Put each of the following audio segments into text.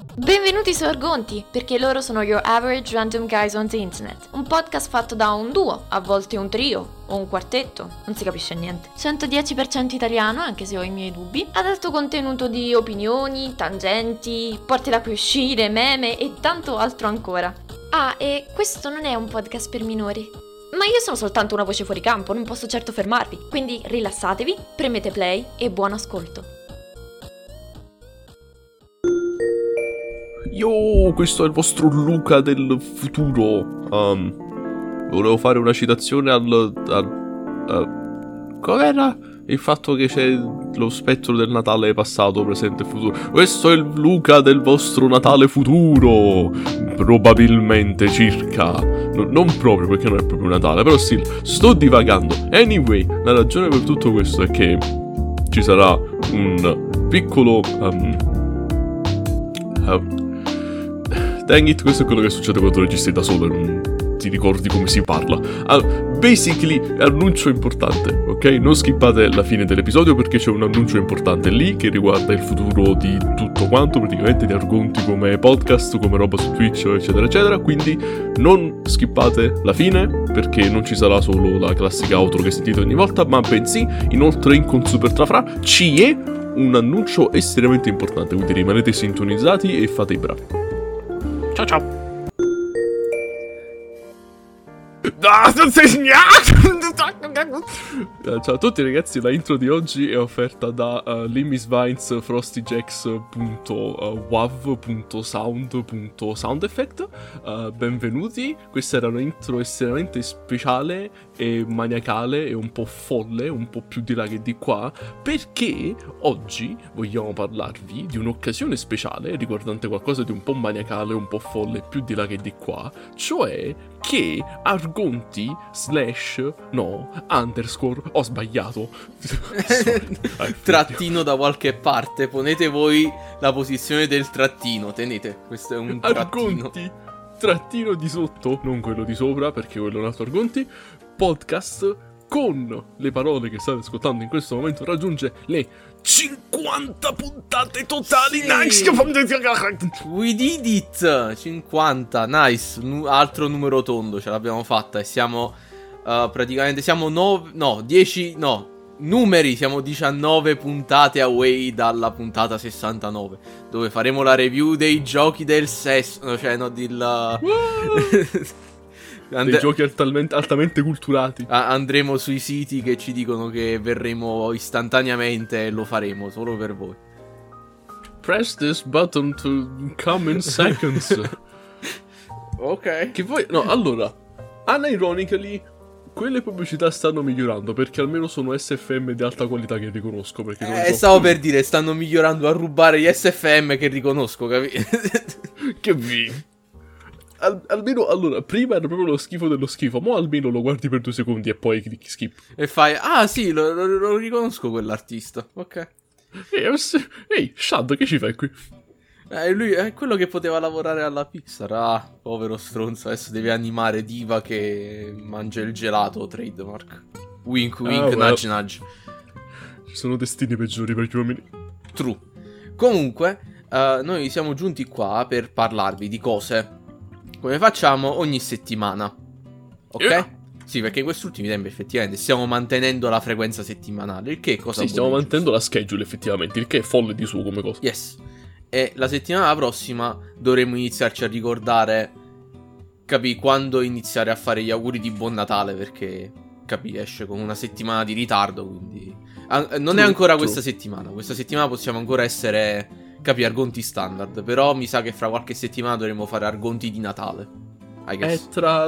Benvenuti su Argonti, perché loro sono your average random guys on the internet. Un podcast fatto da un duo, a volte un trio o un quartetto, non si capisce niente. 110% italiano, anche se ho i miei dubbi. Ad alto contenuto di opinioni, tangenti, porte da cui uscire, meme e tanto altro ancora. Ah, e questo non è un podcast per minori. Ma io sono soltanto una voce fuori campo, non posso certo fermarvi. Quindi rilassatevi, premete play e buon ascolto. Yo, questo è il vostro Luca del futuro. Volevo fare una citazione com'era? Il fatto che c'è lo spettro del Natale passato, presente e futuro. Questo è il Luca del vostro Natale futuro. Probabilmente, circa. Non proprio, perché non è proprio Natale, però sì, sto divagando. Anyway, la ragione per tutto questo è che ci sarà un piccolo... dang it, questo è quello che succede quando registri da solo e non ti ricordi come si parla. Basically, annuncio importante, ok? Non skippate la fine dell'episodio perché c'è un annuncio importante lì che riguarda il futuro di tutto quanto, praticamente di Argonti come podcast, come roba su Twitch, eccetera, eccetera. Quindi non skippate la fine perché non ci sarà solo la classica outro che sentite ogni volta, ma bensì, inoltre in con Super Trafra ci è un annuncio estremamente importante, quindi rimanete sintonizzati e fate i bravi. Ciao ciao. Ciao a tutti ragazzi, la intro di oggi è offerta da Limisvines frostyjacks.wav.sound.soundeffect. Benvenuti, questa era un'intro estremamente speciale e maniacale e un po' folle, un po' più di là che di qua, perché oggi vogliamo parlarvi di un'occasione speciale riguardante qualcosa di un po' maniacale, un po' folle, più di là che di qua, cioè che Argonti _ ho sbagliato trattino da qualche parte, ponete voi la posizione del trattino, tenete, questo è un trattino. Argonti trattino di sotto, non quello di sopra perché quello è un altro Argonti podcast con le parole che state ascoltando in questo momento raggiunge le 50 puntate totali. Sì. Nice, We did it, 50, nice, altro numero tondo, ce l'abbiamo fatta e siamo praticamente, siamo 10 numeri, siamo 19 puntate away dalla puntata 69, dove faremo la review dei giochi del sesso, dei giochi altamente culturati. Andremo sui siti che ci dicono che verremo istantaneamente e lo faremo solo per voi. Press this button to come in seconds. Ok. Che poi, no, allora, unironically, quelle pubblicità stanno migliorando perché almeno sono SFM di alta qualità che riconosco. Perché non stavo per dire, stanno migliorando a rubare gli SFM che riconosco, capito? Che vi... almeno, allora, prima era proprio lo schifo dello schifo, mo almeno lo guardi per 2 secondi e poi clicchi skip. E fai, ah sì, lo riconosco quell'artista, ok. Ehi, Shad, che ci fai qui? Lui è quello che poteva lavorare alla Pixar. Ah, povero stronzo, adesso deve animare Diva che mangia il gelato, trademark. Wink wink, nudge nudge. Ci sono destini peggiori per gli uomini. True. Comunque, noi siamo giunti qua per parlarvi di cose come facciamo ogni settimana. Ok? Yeah. Sì, perché in questi ultimi tempi effettivamente stiamo mantenendo la frequenza settimanale. Il che cosa? Sì, stiamo mantenendo la schedule effettivamente, il che è folle di suo come cosa. Yes. E la settimana prossima dovremo iniziarci a ricordare, quando iniziare a fare gli auguri di Buon Natale, perché, esce con una settimana di ritardo, quindi... non è ancora questa settimana possiamo ancora essere, Argonti standard, però mi sa che fra qualche settimana dovremo fare Argonti di Natale. È tra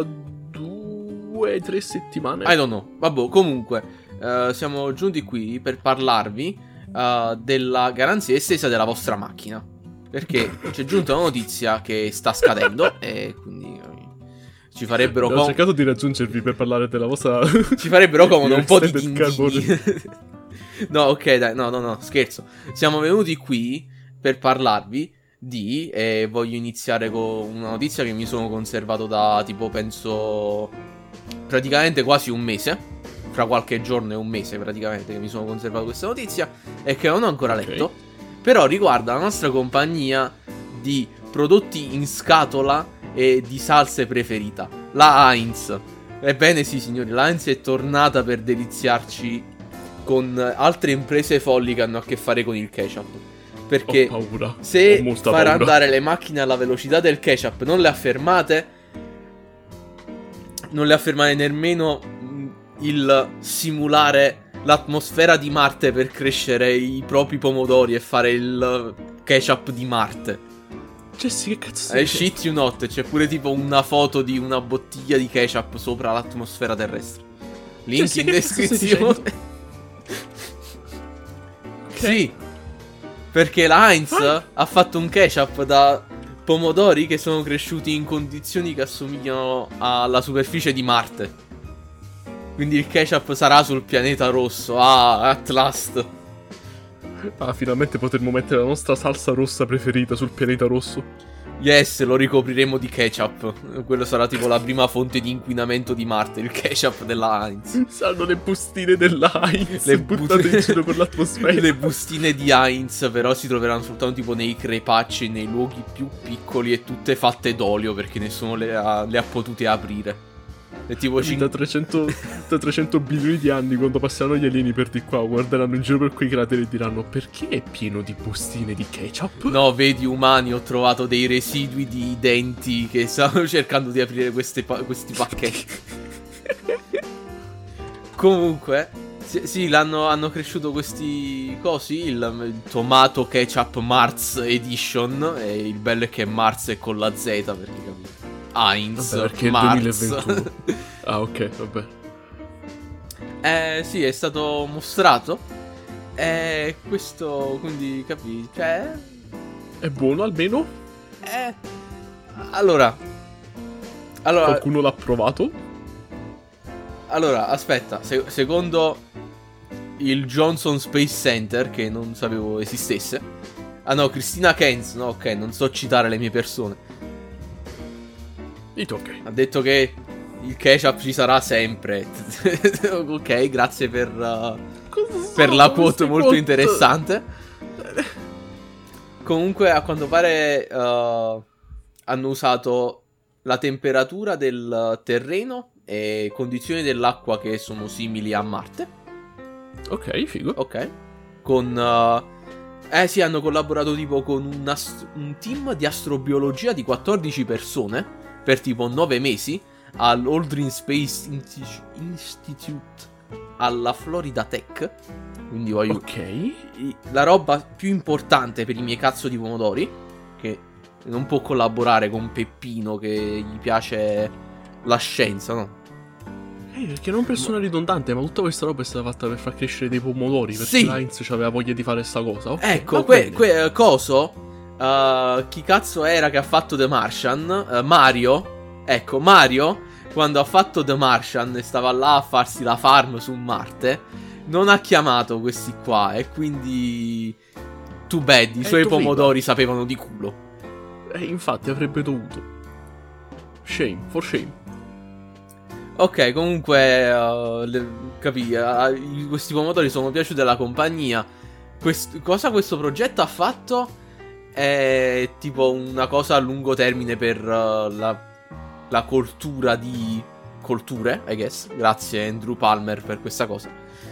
2-3 settimane. I don't know, vabbè, comunque, siamo giunti qui per parlarvi della garanzia estesa della vostra macchina. Perché c'è giunta una notizia che sta scadendo e quindi ci farebbero Ho cercato di raggiungervi per parlare della vostra... Ci farebbero comodo un po' di dindini. No, ok, dai, no, scherzo. Siamo venuti qui per parlarvi di... E voglio iniziare con una notizia che mi sono conservato da tipo, penso, praticamente quasi un mese. Fra qualche giorno e un mese praticamente che mi sono conservato questa notizia e che non ho ancora letto. Però riguarda la nostra compagnia di prodotti in scatola e di salse preferita, la Heinz. Ebbene sì, signori, la Heinz è tornata per deliziarci con altre imprese folli che hanno a che fare con il ketchup. Perché ho paura. se Ho molta far paura. andare le macchine alla velocità del ketchup non le affermate nemmeno il simulare l'atmosfera di Marte per crescere i propri pomodori e fare il ketchup di Marte. Jesse, che cazzo stai dicendo? Shit you not, c'è pure tipo una foto di una bottiglia di ketchup sopra l'atmosfera terrestre. Link Jesse, in che cazzo stai descrizione. Sì, perché la Heinz ha fatto un ketchup da pomodori che sono cresciuti in condizioni che assomigliano alla superficie di Marte. Quindi il ketchup sarà sul pianeta rosso. Ah, at last. Ah, finalmente potremmo mettere la nostra salsa rossa preferita sul pianeta rosso. Yes, lo ricopriremo di ketchup. Quello sarà tipo la prima fonte di inquinamento di Marte, il ketchup della Heinz. Saranno le bustine della Heinz Le buttate in giro per l'atmosfera. Le bustine di Heinz però si troveranno soltanto tipo nei crepacci, nei luoghi più piccoli e tutte fatte d'olio perché nessuno le ha potute aprire. È tipo Da 300 bilioni di anni, quando passeranno gli alieni per di qua, guarderanno in giro per quei crateri e diranno: perché è pieno di bustine di ketchup? No, vedi umani, ho trovato dei residui di denti che stavano cercando di aprire questi pacchetti. Comunque, sì, hanno cresciuto questi cosi, il tomato ketchup Mars Edition, e il bello è che Mars è con la Z, perché capito? Heinz, Vabbè, perché è il Mars. 2021. Ah, ok, vabbè. Sì, è stato mostrato. Questo, quindi, capi? Cioè, È buono almeno? Allora, Qualcuno l'ha provato? allora, aspetta, secondo il Johnson Space Center, che non sapevo esistesse. Ah no, Christina Kenz, no, ok, non so citare le mie persone. Dito ok. Ha detto che il ketchup ci sarà sempre. Ok, grazie per la quote molto interessante. Comunque, a quanto pare hanno usato la temperatura del terreno e condizioni dell'acqua che sono simili a Marte. Ok, figo. Ok. Sì, hanno collaborato tipo con un team di astrobiologia di 14 persone per tipo 9 mesi all'Aldrin Space Institute alla Florida Tech. Quindi voglio Ok. la roba più importante per i miei cazzo di pomodori, che non può collaborare con Peppino che gli piace la scienza, no? Perché non per suonare ridondante, ma tutta questa roba è stata fatta per far crescere dei pomodori. Perché Sì. Heinz aveva voglia di fare sta cosa. Okay, Ecco, va bene. coso. Chi cazzo era che ha fatto The Martian? Mario. Ecco, Mario, quando ha fatto The Martian e stava là a farsi la farm su Marte, non ha chiamato questi qua. E quindi too bad, i suoi tu pomodori sapevano di culo. Infatti avrebbe dovuto. Shame, for shame. Ok, comunque, questi pomodori sono piaciuti alla compagnia. Cosa questo progetto ha fatto? È tipo una cosa a lungo termine per la coltura di colture, I guess. Grazie Andrew Palmer per questa cosa.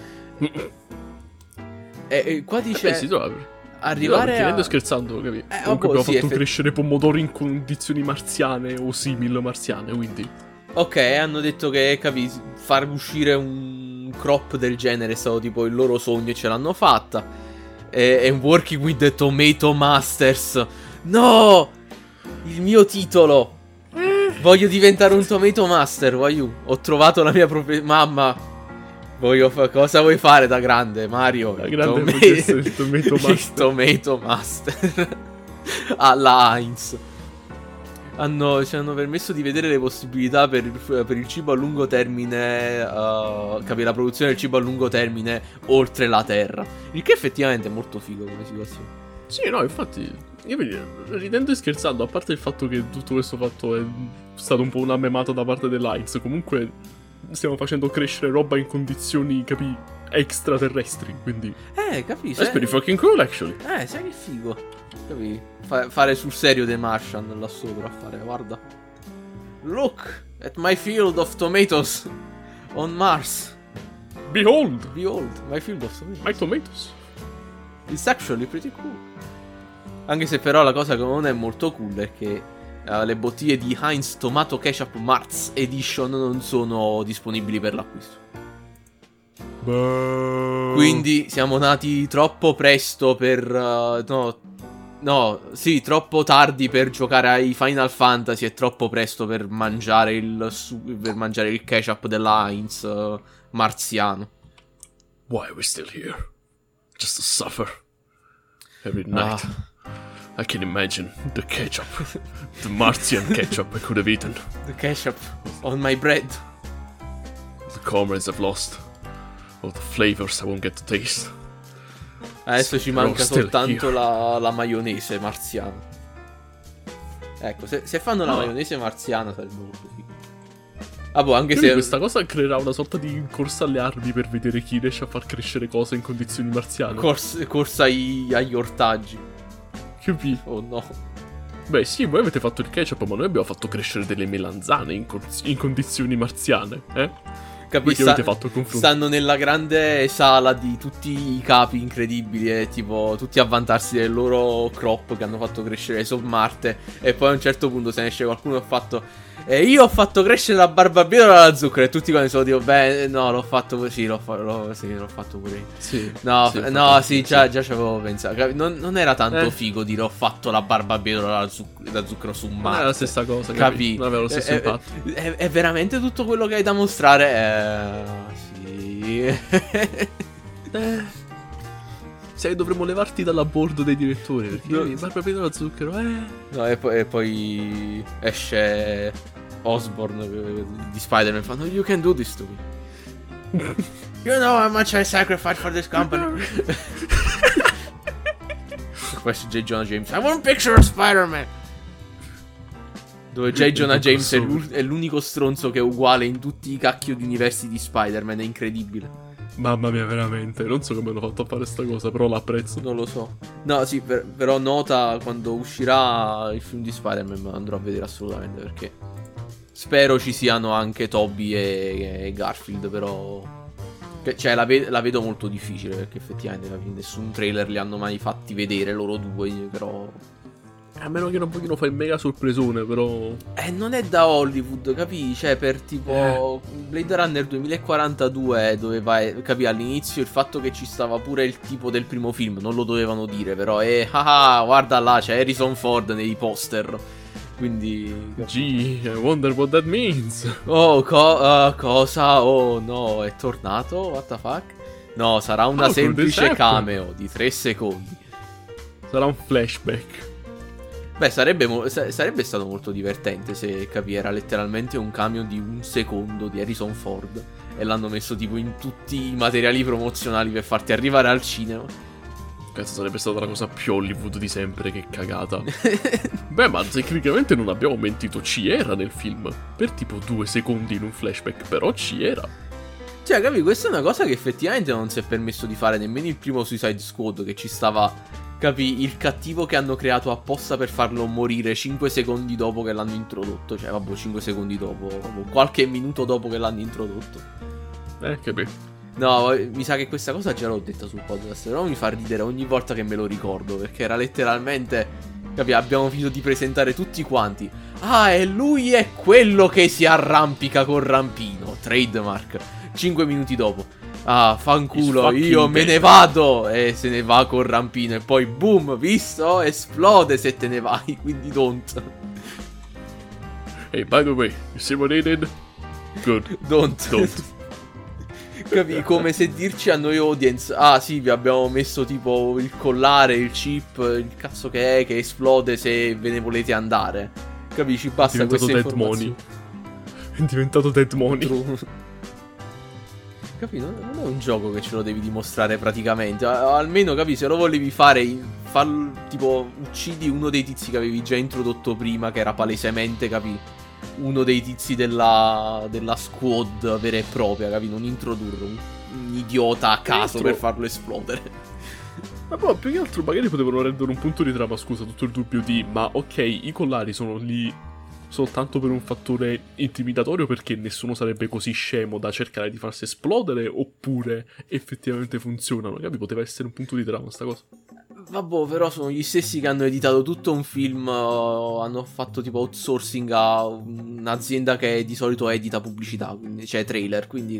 E qua dice Si trova. arrivare Ridendo a... scherzando, capito? un Comunque po' abbiamo sì, fatto crescere pomodori in condizioni marziane o simil marziane, quindi... Ok, hanno detto che, far uscire un crop del genere è stato tipo il loro sogno e ce l'hanno fatta. E working with the Tomato Masters. No! Il mio titolo! Voglio diventare un Tomato Master, voglio. Ho trovato la mia propria... Mamma! Cosa vuoi fare da grande, Mario? Da grande voglio essere il Tomato Master. Il Tomato Master. Alla Heinz. Ci hanno permesso di vedere le possibilità per il cibo a lungo termine, la produzione del cibo a lungo termine oltre la Terra. Il che effettivamente è molto figo come situazione. Sì, no, infatti, io ridendo e scherzando, a parte il fatto che tutto questo fatto è stato un po' una memata da parte dell'Heinz, comunque stiamo facendo crescere roba in condizioni, extraterrestri, quindi... capisci? That's pretty fucking cool, actually. Sai che figo. Capì? Fare sul serio The Martian là sopra a fare, guarda. Look at my field of tomatoes on Mars. Behold, my field of tomatoes. my tomatoes. It's actually pretty cool. Anche se però la cosa che non è molto cool è che le bottiglie di Heinz Tomato Ketchup Mars Edition non sono disponibili per l'acquisto. Quindi siamo nati troppo presto per... troppo tardi per giocare ai Final Fantasy e troppo presto per mangiare il ketchup della Heinz marziano. Why are we still here? Just to suffer. Every night. I can imagine the ketchup. The Martian ketchup I could have eaten. The ketchup on my bread. The comrades I've lost. All the flavors I won't get to taste. Adesso ci manca still soltanto la maionese marziana. Ecco, se fanno la maionese marziana sarebbe molto figo. Ah, boh, anche Quindi se questa cosa creerà una sorta di corsa alle armi per vedere chi riesce a far crescere cose in condizioni marziane. corsa agli ortaggi. Capì? Oh no. Beh sì, voi avete fatto il ketchup, ma noi abbiamo fatto crescere delle melanzane in condizioni marziane, Capisci? Avete fatto il confronto. Stanno nella grande sala di tutti i capi incredibili e tipo tutti a vantarsi del loro crop che hanno fatto crescere su Marte. E poi a un certo punto se ne esce qualcuno e ha fatto io ho fatto crescere la barbabietola alla zucchero. E tutti quanti sono tipo beh no l'ho fatto così, l'ho fatto pure io. Sì. Sì, già ci avevo pensato. Non era tanto figo dire ho fatto la barbabietola da zucchero su Marte. Non è la stessa cosa, capì? Non aveva lo stesso impatto. È veramente tutto quello che hai da mostrare. Sì. Dovremmo levarti dalla bordo dei direttori. Perché barbabietola da zucchero, No, e poi esce Osborn di Spider-Man. Fanno you can do this to me. You know how much I sacrificed for this company. Questo è J. Jonah James. I want a picture of Spider-Man. Dove J. Jonah James è l'unico stronzo che è uguale in tutti i cacchio di universi di Spider-Man. È incredibile. Mamma mia, veramente. Non so come hanno fatto a fare sta cosa, però l'apprezzo. Non lo so. No, sì, però nota quando uscirà il film di Spider-Man, me lo andrò a vedere assolutamente, perché spero ci siano anche Tobey e Garfield, però... Cioè, la vedo molto difficile, perché effettivamente nessun trailer li hanno mai fatti vedere loro due, però... A meno che non vogliono fare il mega sorpresone, però... non è da Hollywood, capi? Cioè, per tipo Blade Runner 2042 doveva... Capi? All'inizio il fatto che ci stava pure il tipo del primo film, non lo dovevano dire, però guarda là, c'è Harrison Ford nei poster. Quindi... Gee, I wonder what that means. Oh, cosa? Oh no, è tornato? What the fuck? No, sarà una semplice cameo di 3 secondi. Sarà un flashback. Beh, sarebbe stato molto divertente se era letteralmente un cameo di 1 secondo di Harrison Ford e l'hanno messo tipo in tutti i materiali promozionali per farti arrivare al cinema. Cazzo, sarebbe stata la cosa più Hollywood di sempre, che cagata. Beh, ma tecnicamente non abbiamo mentito, ci era nel film. Per tipo 2 secondi in un flashback, però ci era. Cioè, capi, questa è una cosa che effettivamente non si è permesso di fare nemmeno il primo Suicide Squad, che ci stava... Capi, il cattivo che hanno creato apposta per farlo morire 5 secondi dopo che l'hanno introdotto. Cioè, vabbè, 5 secondi dopo, qualche minuto dopo che l'hanno introdotto. Capì. No, mi sa che questa cosa già l'ho detta sul podcast, però mi fa ridere ogni volta che me lo ricordo, perché era letteralmente... Capi, abbiamo finito di presentare tutti quanti. E lui è quello che si arrampica col rampino. Trademark. 5 minuti dopo. Fanculo, io me ne vado. E se ne va col rampino. E poi boom, visto? Esplode se te ne vai. Quindi don't. Hey, by the way, you see what they did? Good. Don't. Capi? Come se dirci a noi audience: sì, vi abbiamo messo tipo il collare, il chip, il cazzo che è, che esplode se ve ne volete andare. Capisci? Basta questa informazione. È diventato Dead Money. Capi? Non è un gioco che ce lo devi dimostrare praticamente. Almeno, capi, se lo volevi fare, tipo, uccidi uno dei tizi che avevi già introdotto prima, che era palesemente, capi, uno dei tizi della squad vera e propria, capi? Non introdurlo. un idiota a caso per farlo esplodere. Ma poi più che altro magari potevano rendere un punto di trama, scusa, tutto il dubbio di ma ok, i collari sono lì soltanto per un fattore intimidatorio perché nessuno sarebbe così scemo da cercare di farsi esplodere, oppure effettivamente funzionano, capi? Poteva essere un punto di trama sta cosa. Vabbè, però sono gli stessi che hanno editato tutto un film, hanno fatto tipo outsourcing a un'azienda che di solito edita pubblicità, quindi, cioè trailer, quindi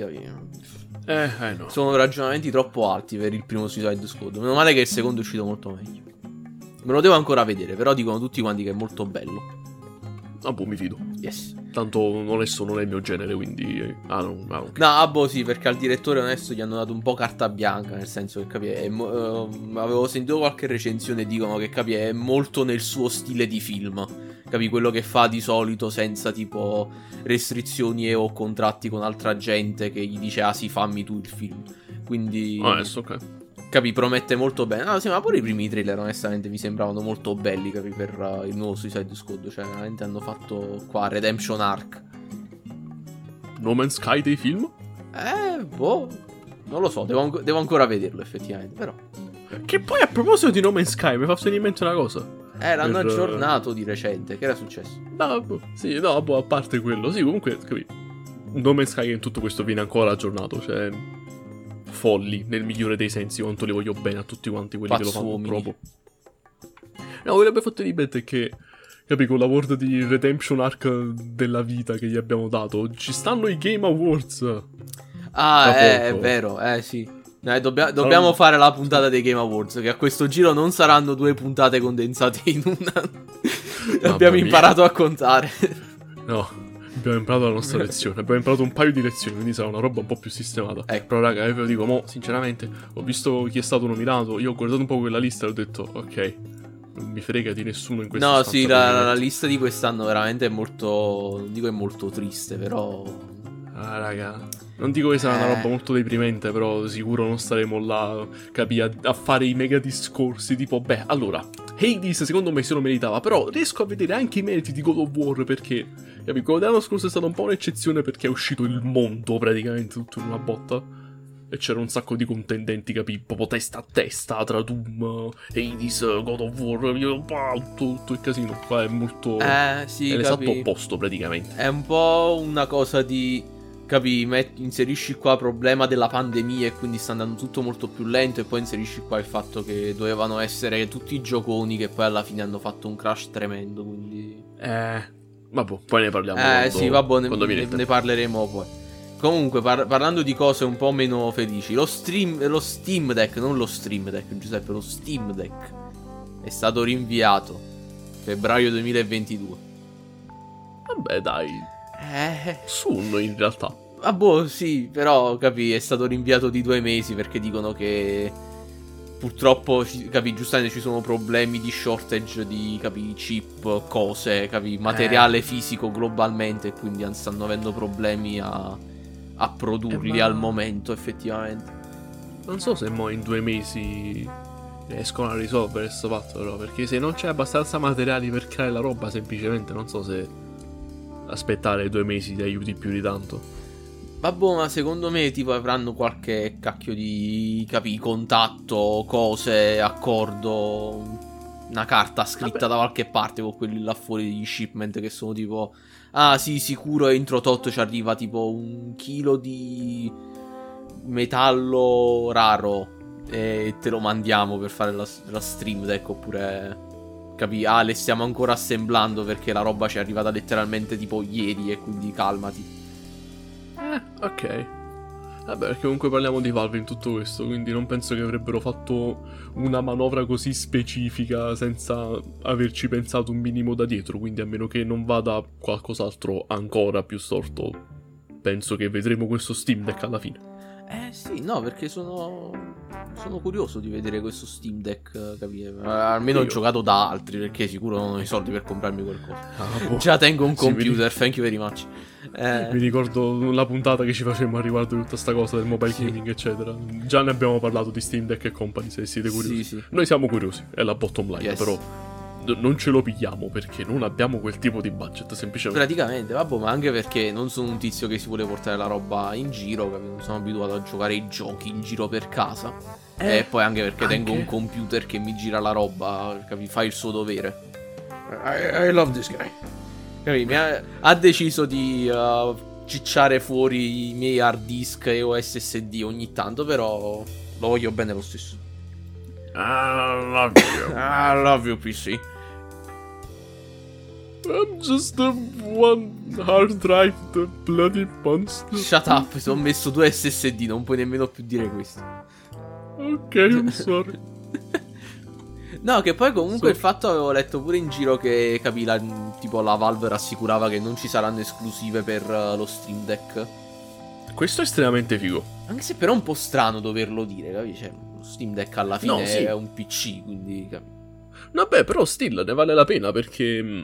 No. sono ragionamenti troppo alti per il primo Suicide Squad. Meno male che il secondo è uscito molto meglio. Me lo devo ancora vedere, però dicono tutti quanti che è molto bello. Ah, boh, mi fido. Yes. Tanto onesto non è il mio genere, quindi... ok. No, sì, perché al direttore onesto gli hanno dato un po' carta bianca, nel senso che avevo sentito qualche recensione e dicono che è molto nel suo stile di film. Quello che fa di solito senza tipo restrizioni o contratti con altra gente che gli dice ah sì, fammi tu il film. Quindi... Adesso, ok. Promette molto bene. No, sì, ma pure i primi trailer onestamente mi sembravano molto belli, per il nuovo Suicide Squad. Cioè, veramente hanno fatto qua Redemption Arc. No Man's Sky dei film? Boh, non lo so, devo ancora vederlo effettivamente, però. Che poi a proposito di No Man's Sky mi fa venire in mente una cosa. L'hanno aggiornato di recente, che era successo? Boh, a parte quello. Sì, comunque, capì. No Man's Sky in tutto questo viene ancora aggiornato, cioè... folli, nel migliore dei sensi, quanto li voglio bene a tutti quanti quelli che lo fanno proprio. No, quello che abbia fatto di bello è che, capi, con la word di Redemption Arc della vita che gli abbiamo dato, ci stanno i Game Awards. È vero, sì. Dobbiamo fare la puntata dei Game Awards, che a questo giro non saranno 2 puntate condensate in una. Abbiamo imparato a contare. No. Abbiamo imparato la nostra lezione. Abbiamo imparato un paio di lezioni, quindi sarà una roba un po' più sistemata. Però raga, io ve lo dico, sinceramente, ho visto chi è stato nominato. Io ho guardato un po' quella lista e ho detto, ok, non mi frega di nessuno in questa No, stanza. sì, la lista di quest'anno veramente è molto... non dico è molto triste, però... raga, non dico che sarà una roba molto deprimente, però sicuro non staremo là, a fare i mega discorsi tipo, allora, Hades secondo me se lo meritava, però riesco a vedere anche i meriti di God of War perché, capi, quello dell'anno scorso è stata un po' un'eccezione perché è uscito il mondo praticamente tutto in una botta e c'era un sacco di contendenti, capi, proprio testa a testa tra Doom, Hades, God of War, tutto il casino. Qua è molto... sì, è l'esatto opposto praticamente. È un po' una cosa di... inserisci qua il problema della pandemia e quindi sta andando tutto molto più lento e poi inserisci qua il fatto che dovevano essere tutti i gioconi che poi alla fine hanno fatto un crash tremendo, quindi... Vabbè, poi ne parliamo sì, vabbè, ne parleremo poi. Comunque, parlando di cose un po' meno felici, lo Steam Deck, non lo Stream Deck, Giuseppe, lo Steam Deck è stato rinviato febbraio 2022. Vabbè, dai. Soon in realtà. Boh, sì, però è stato rinviato di 2 mesi perché dicono che purtroppo, giustamente ci sono problemi di shortage di, chip, cose, materiale fisico globalmente e quindi stanno avendo problemi a produrli al momento effettivamente. Non so se in 2 mesi riescono a risolvere questo fatto però, perché se non c'è abbastanza materiali per creare la roba semplicemente non so se aspettare 2 mesi ti aiuti più di tanto. Vabbè, ma secondo me tipo avranno qualche cacchio di contatto, cose, accordo, una carta scritta da qualche parte con quelli là fuori degli shipment che sono tipo sì, sicuro entro tot ci arriva tipo 1 chilo di metallo raro e te lo mandiamo per fare la Stream Deck, oppure le stiamo ancora assemblando perché la roba ci è arrivata letteralmente tipo ieri e quindi calmati. Ok. Vabbè, perché comunque parliamo di Valve in tutto questo, quindi non penso che avrebbero fatto una manovra così specifica senza averci pensato un minimo da dietro, quindi a meno che non vada qualcos'altro ancora più storto, penso che vedremo questo Steam Deck alla fine. Sì, no, perché sono curioso di vedere questo Steam Deck, capire. Almeno ho giocato da altri, perché sicuro non ho i soldi per comprarmi qualcosa. Già tengo un computer, thank you very much. Mi ricordo la puntata che ci facemmo a riguardo di tutta sta cosa del mobile gaming, eccetera. Già ne abbiamo parlato di Steam Deck e company, se siete curiosi. Sì. Noi siamo curiosi, è la bottom line, però non ce lo pigliamo perché non abbiamo quel tipo di budget, semplicemente. Praticamente, vabbè, ma anche perché non sono un tizio che si vuole portare la roba in giro, capito? Non sono abituato a giocare i giochi in giro per casa. E poi anche perché tengo un computer che mi gira la roba, capito? Fa il suo dovere. I love this guy. Capito? Ha deciso di cicciare fuori i miei hard disk e o SSD ogni tanto, però lo voglio bene lo stesso. I love you. I love you, PC. I'm just a one hard drive, the bloody monster. Shut up, ti ho messo 2 SSD, non puoi nemmeno più dire questo. Ok, I'm sorry. No, che poi comunque il fatto, avevo letto pure in giro che, tipo la Valve rassicurava che non ci saranno esclusive per lo Stream Deck. Questo è estremamente figo. Anche se però è un po' strano doverlo dire, capi? Cioè, lo Steam Deck alla fine è un PC, quindi... Vabbè, però still ne vale la pena perché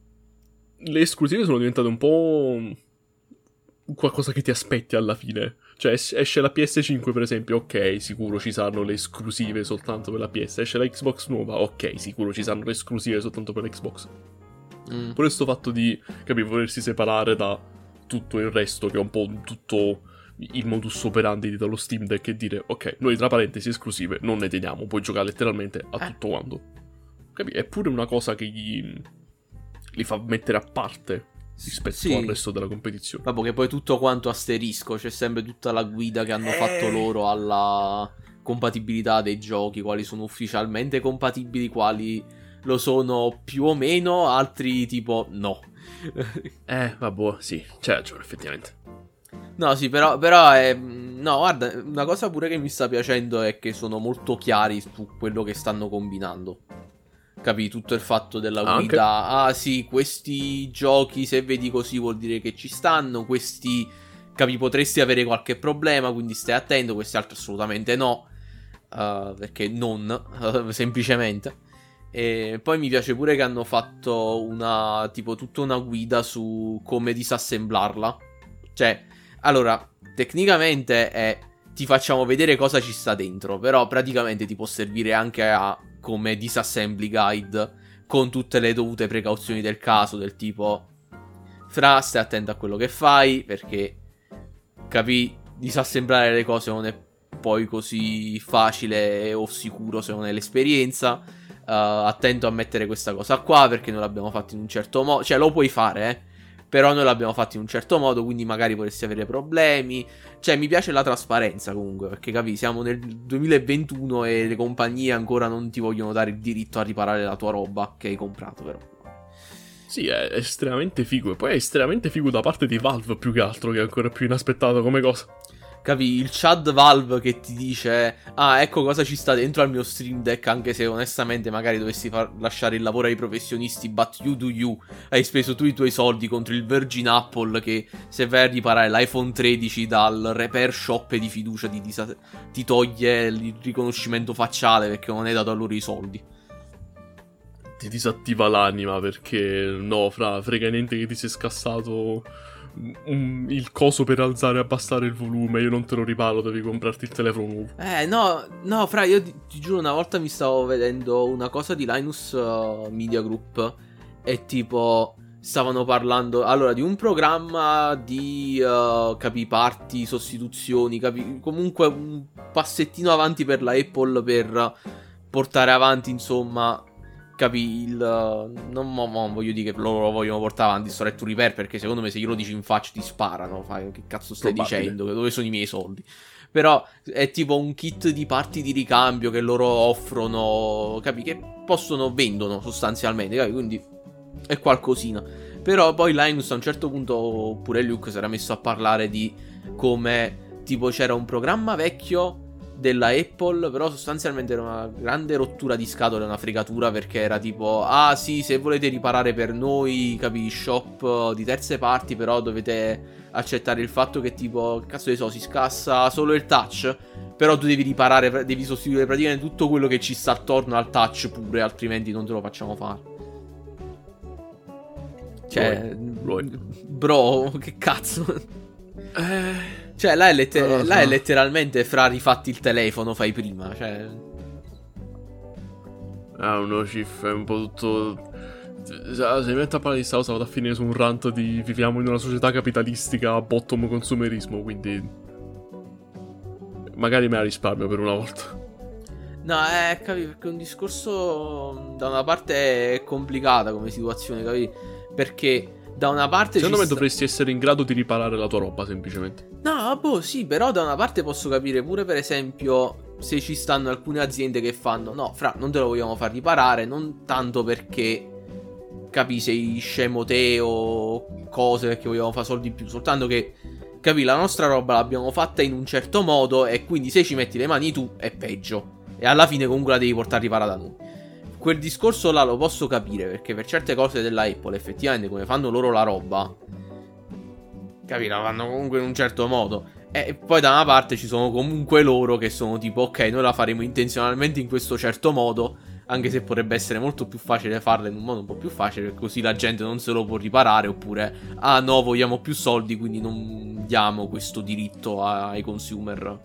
le esclusive sono diventate un po' qualcosa che ti aspetti alla fine. Cioè esce la PS5 per esempio, ok, sicuro ci saranno le esclusive soltanto per la PS. Esce la Xbox nuova, ok, sicuro ci saranno le esclusive soltanto per l'Xbox. Pure questo fatto di, volersi separare da tutto il resto, che è un po' tutto il modus operandi dallo Steam Deck, e dire, ok, noi tra parentesi esclusive non ne teniamo, puoi giocare letteralmente a tutto quanto. È pure una cosa che li fa mettere a parte rispetto al resto della competizione. Vabbè, che poi tutto quanto asterisco, c'è sempre tutta la guida che hanno fatto loro alla compatibilità dei giochi, quali sono ufficialmente compatibili, quali lo sono più o meno, altri tipo no. Vabbè, sì, c'è ragione effettivamente. No, sì, però no, guarda, una cosa pure che mi sta piacendo è che sono molto chiari su quello che stanno combinando. Capì? Tutto il fatto della guida. Ah sì, questi giochi, se vedi così vuol dire che ci stanno. Questi, capì, potresti avere qualche problema, quindi stai attento. Questi altri assolutamente no, perché non, semplicemente. E poi mi piace pure che hanno fatto tutta una guida su come disassemblarla. Cioè, allora, tecnicamente ti facciamo vedere cosa ci sta dentro, però praticamente ti può servire anche come disassembly guide, con tutte le dovute precauzioni del caso, del tipo, stai attento a quello che fai, perché, capì, disassemblare le cose non è poi così facile o sicuro se non hai l'esperienza. Attento a mettere questa cosa qua, perché noi l'abbiamo fatto in un certo modo, cioè lo puoi fare, però noi l'abbiamo fatto in un certo modo, quindi magari potresti avere problemi. Cioè, mi piace la trasparenza comunque, perché capi, siamo nel 2021 e le compagnie ancora non ti vogliono dare il diritto a riparare la tua roba che hai comprato, però. Sì, è estremamente figo, e poi è estremamente figo da parte di Valve più che altro, che è ancora più inaspettato come cosa. Capi, il Chad Valve che ti dice, ah, ecco cosa ci sta dentro al mio Stream Deck, anche se onestamente magari dovessi lasciare il lavoro ai professionisti, but you do you. Hai speso tu i tuoi soldi contro il Virgin Apple che, se vai a riparare l'iPhone 13 dal repair shop di fiducia, ti toglie il riconoscimento facciale perché non hai dato a loro i soldi. Ti disattiva l'anima perché, no, frega niente che ti sei scassato il coso per alzare e abbassare il volume, io non te lo riparo, devi comprarti il telefono nuovo. No, fra, io ti giuro, una volta mi stavo vedendo una cosa di Linus Media Group e tipo stavano parlando, allora, di un programma di, parti, sostituzioni, comunque un passettino avanti per la Apple per portare avanti, insomma, non voglio dire che loro lo vogliono portare avanti sto Red to Repair, perché secondo me se glielo dici in faccia ti sparano. Che cazzo stai dicendo? Dove sono i miei soldi? Però è tipo un kit di parti di ricambio che loro offrono, che vendono sostanzialmente, quindi è qualcosina. Però poi Linus a un certo punto, pure Luke si era messo a parlare di come tipo c'era un programma vecchio della Apple, però sostanzialmente era una grande rottura di scatole, una fregatura, perché era tipo, ah sì, se volete riparare per noi, shop di terze parti, però dovete accettare il fatto che tipo, cazzo ne so, si scassa solo il touch, però tu devi riparare, devi sostituire praticamente tutto quello che ci sta attorno al touch pure, altrimenti non te lo facciamo fare. Cioè, bro, che cazzo. Cioè, là è letteralmente fra rifatti il telefono, fai prima, cioè. uno cif è un po' tutto... Se mi metto a parlare di sta cosa vado a finire su un rant di viviamo in una società capitalistica a bottom consumerismo, quindi magari me la risparmio per una volta. No, capi, perché un discorso da una parte è complicata come situazione, capi? Perché da una parte secondo me dovresti essere in grado di riparare la tua roba, semplicemente. No, boh, sì, però da una parte posso capire pure, per esempio, se ci stanno alcune aziende che fanno no, fra, non te lo vogliamo far riparare, non tanto perché capi, sei scemo te o cose perché vogliamo fare soldi in più, soltanto che, capi, la nostra roba l'abbiamo fatta in un certo modo e quindi se ci metti le mani tu è peggio. E alla fine comunque la devi portare riparata a noi. Quel discorso là lo posso capire, perché per certe cose della Apple effettivamente come fanno loro la roba, capi, la fanno comunque in un certo modo. E poi da una parte ci sono comunque loro che sono tipo ok, noi la faremo intenzionalmente in questo certo modo, anche se potrebbe essere molto più facile farla in un modo un po' più facile, così la gente non se lo può riparare. Oppure ah no, vogliamo più soldi, quindi non diamo questo diritto ai consumer.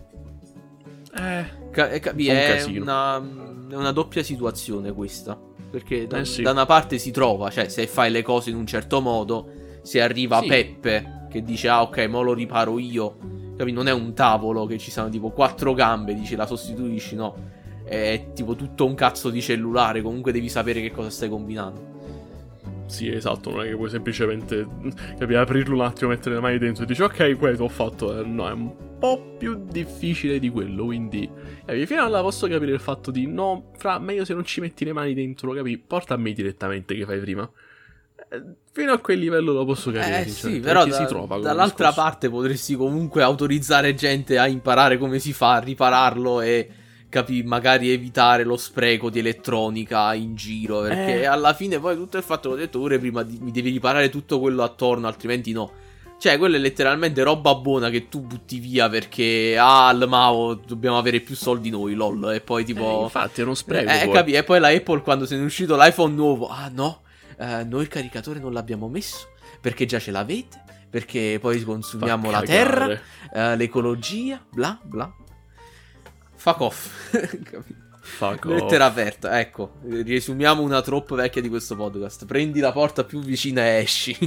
Capi, è una doppia situazione questa. Perché sì. Da una parte si trova, cioè se fai le cose in un certo modo, se arriva sì. Peppe che dice ah ok, mo lo riparo io, capi, non è un tavolo che ci sono tipo 4 gambe, dici la sostituisci, no, è tipo tutto un cazzo di cellulare, comunque devi sapere che cosa stai combinando. Sì, esatto, non è che puoi semplicemente, capi, aprirlo un attimo, mettere le mani dentro e dici ok, questo ho fatto. No, è un po' più difficile di quello, quindi fino alla posso capire il fatto di no, fra, meglio se non ci metti le mani dentro, capi, porta a me direttamente che fai prima. Fino a quel livello lo posso capire, sì, però si trova dall'altra parte potresti comunque autorizzare gente a imparare come si fa a ripararlo e capi, magari evitare lo spreco di elettronica in giro, perché alla fine poi tutto il fatto che ho detto pure prima, mi devi riparare tutto quello attorno, altrimenti no. Cioè, quello è letteralmente roba buona che tu butti via perché al Mao dobbiamo avere più soldi noi, lol. E poi tipo infatti è uno spreco, capi? E poi la Apple, quando se ne è uscito l'iPhone nuovo, ah no, noi il caricatore non l'abbiamo messo perché già ce l'avete, perché poi consumiamo la terra, l'ecologia, bla bla. Fuck off. Fuck Lettera off. aperta. Ecco, riesumiamo una troppo vecchia di questo podcast. Prendi la porta più vicina e esci.